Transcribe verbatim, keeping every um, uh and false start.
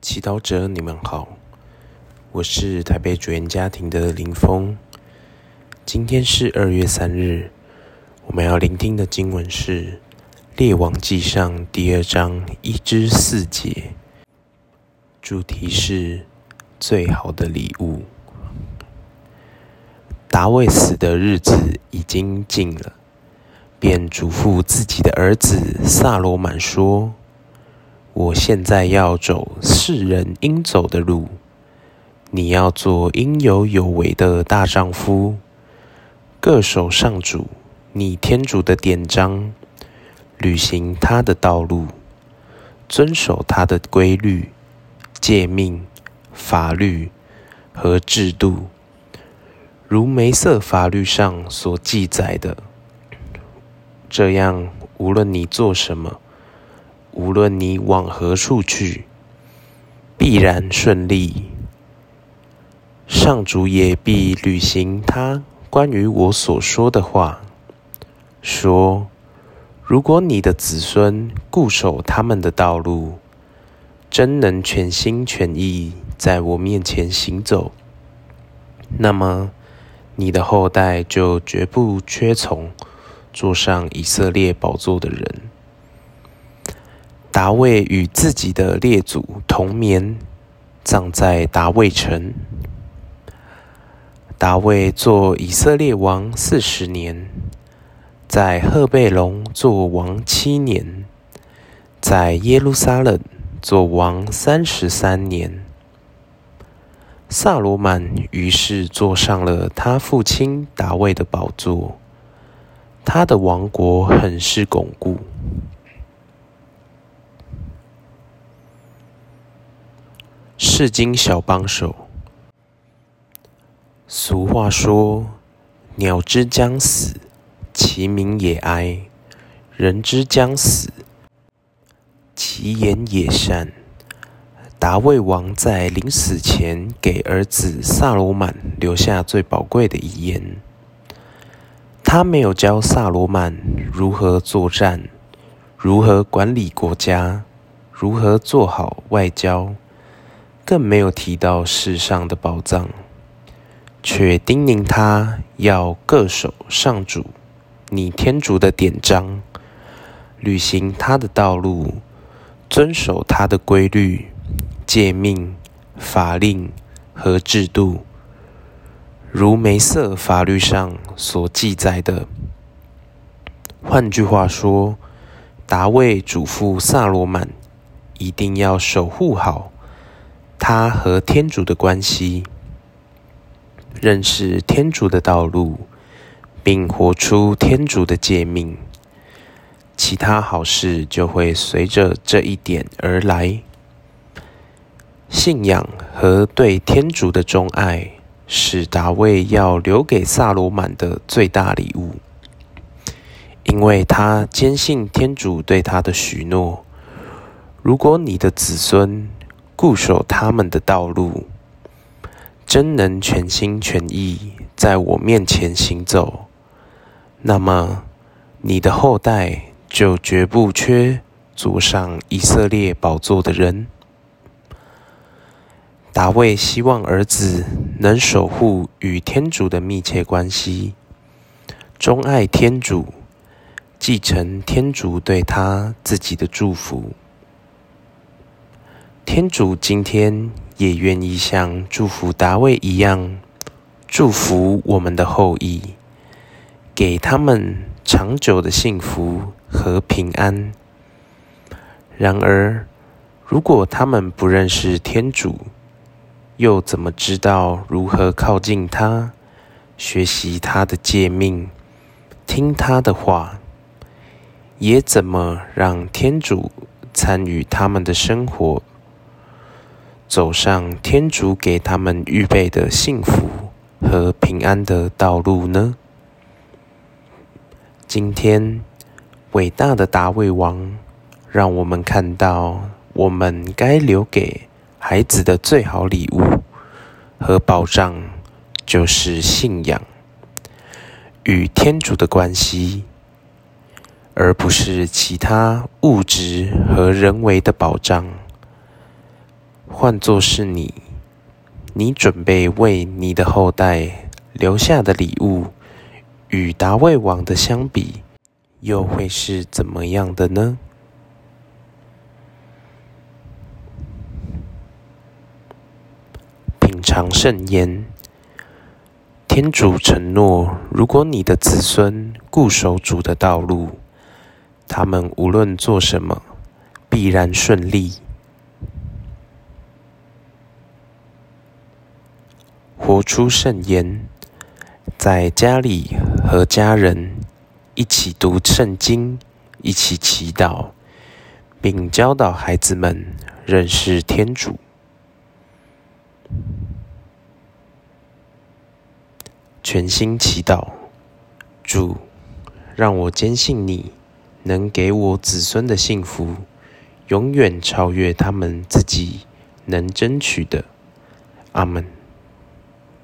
祈祷者，你们好，我是台北主言家庭的林峰。今天是二月三日，我们要聆听的经文是《列王纪上》第二章一至四节，主题是最好的礼物。大卫死的日子已经近了，便嘱咐自己的儿子撒罗满说：我现在要走世人应走的路，你要做应有有为的大丈夫，各守上主你天主的典章，履行他的道路，遵守他的规律、诫命、法律和制度，如梅瑟法律上所记载的。这样，无论你做什么，无论你往何处去，必然顺利。上主也必履行他关于我所说的话，说：如果你的子孙固守他们的道路，真能全心全意在我面前行走，那么你的后代就绝不缺从坐上以色列宝座的人。大卫与自己的列祖同眠，葬在大卫城。大卫做以色列王四十年，在赫贝龙做王七年，在耶路撒冷做王三十三年。撒罗满于是坐上了他父亲大卫的宝座，他的王国很是巩固。释经小帮手。俗话说：鸟之将死，其鸣也哀；人之将死，其言也善。大卫王在临死前给儿子撒罗满留下最宝贵的遗言。他没有教撒罗满如何作战，如何管理国家，如何做好外交，更没有提到世上的宝藏，却叮咛他要各守上主你天主的典章，履行他的道路，遵守他的规律、诫命、法令和制度，如梅瑟法律上所记载的。换句话说，大卫嘱咐撒罗满一定要守护好他和天主的关系，认识天主的道路，并活出天主的诫命，其他好事就会随着这一点而来。信仰和对天主的钟爱是大卫要留给撒罗满的最大礼物，因为他坚信天主对他的许诺：如果你的子孙固守他们的道路，真能全心全意在我面前行走，那么你的后代就绝不缺坐上以色列宝座的人。大卫希望儿子能守护与天主的密切关系，钟爱天主，继承天主对他自己的祝福。天主今天也愿意像祝福大卫一样，祝福我们的后裔，给他们长久的幸福和平安。然而，如果他们不认识天主，又怎么知道如何靠近他，学习他的诫命，听他的话，也怎么让天主参与他们的生活，走上天主给他们预备的幸福和平安的道路呢？今天，伟大的大卫王让我们看到，我们该留给孩子的最好礼物和保障，就是信仰与天主的关系，而不是其他物质和人为的保障。 换作是你，你准备为你的后代留下的礼物，与大卫王的相比，又会是怎么样的呢？品尝圣言，天主承诺，如果你的子孙固守主的道路，他们无论做什么，必然顺利。活出圣言，在家里和家人一起读圣经，一起祈祷，并教导孩子们认识天主。全心祈祷，主，让我坚信你能给我子孙的幸福，永远超越他们自己能争取的。阿们。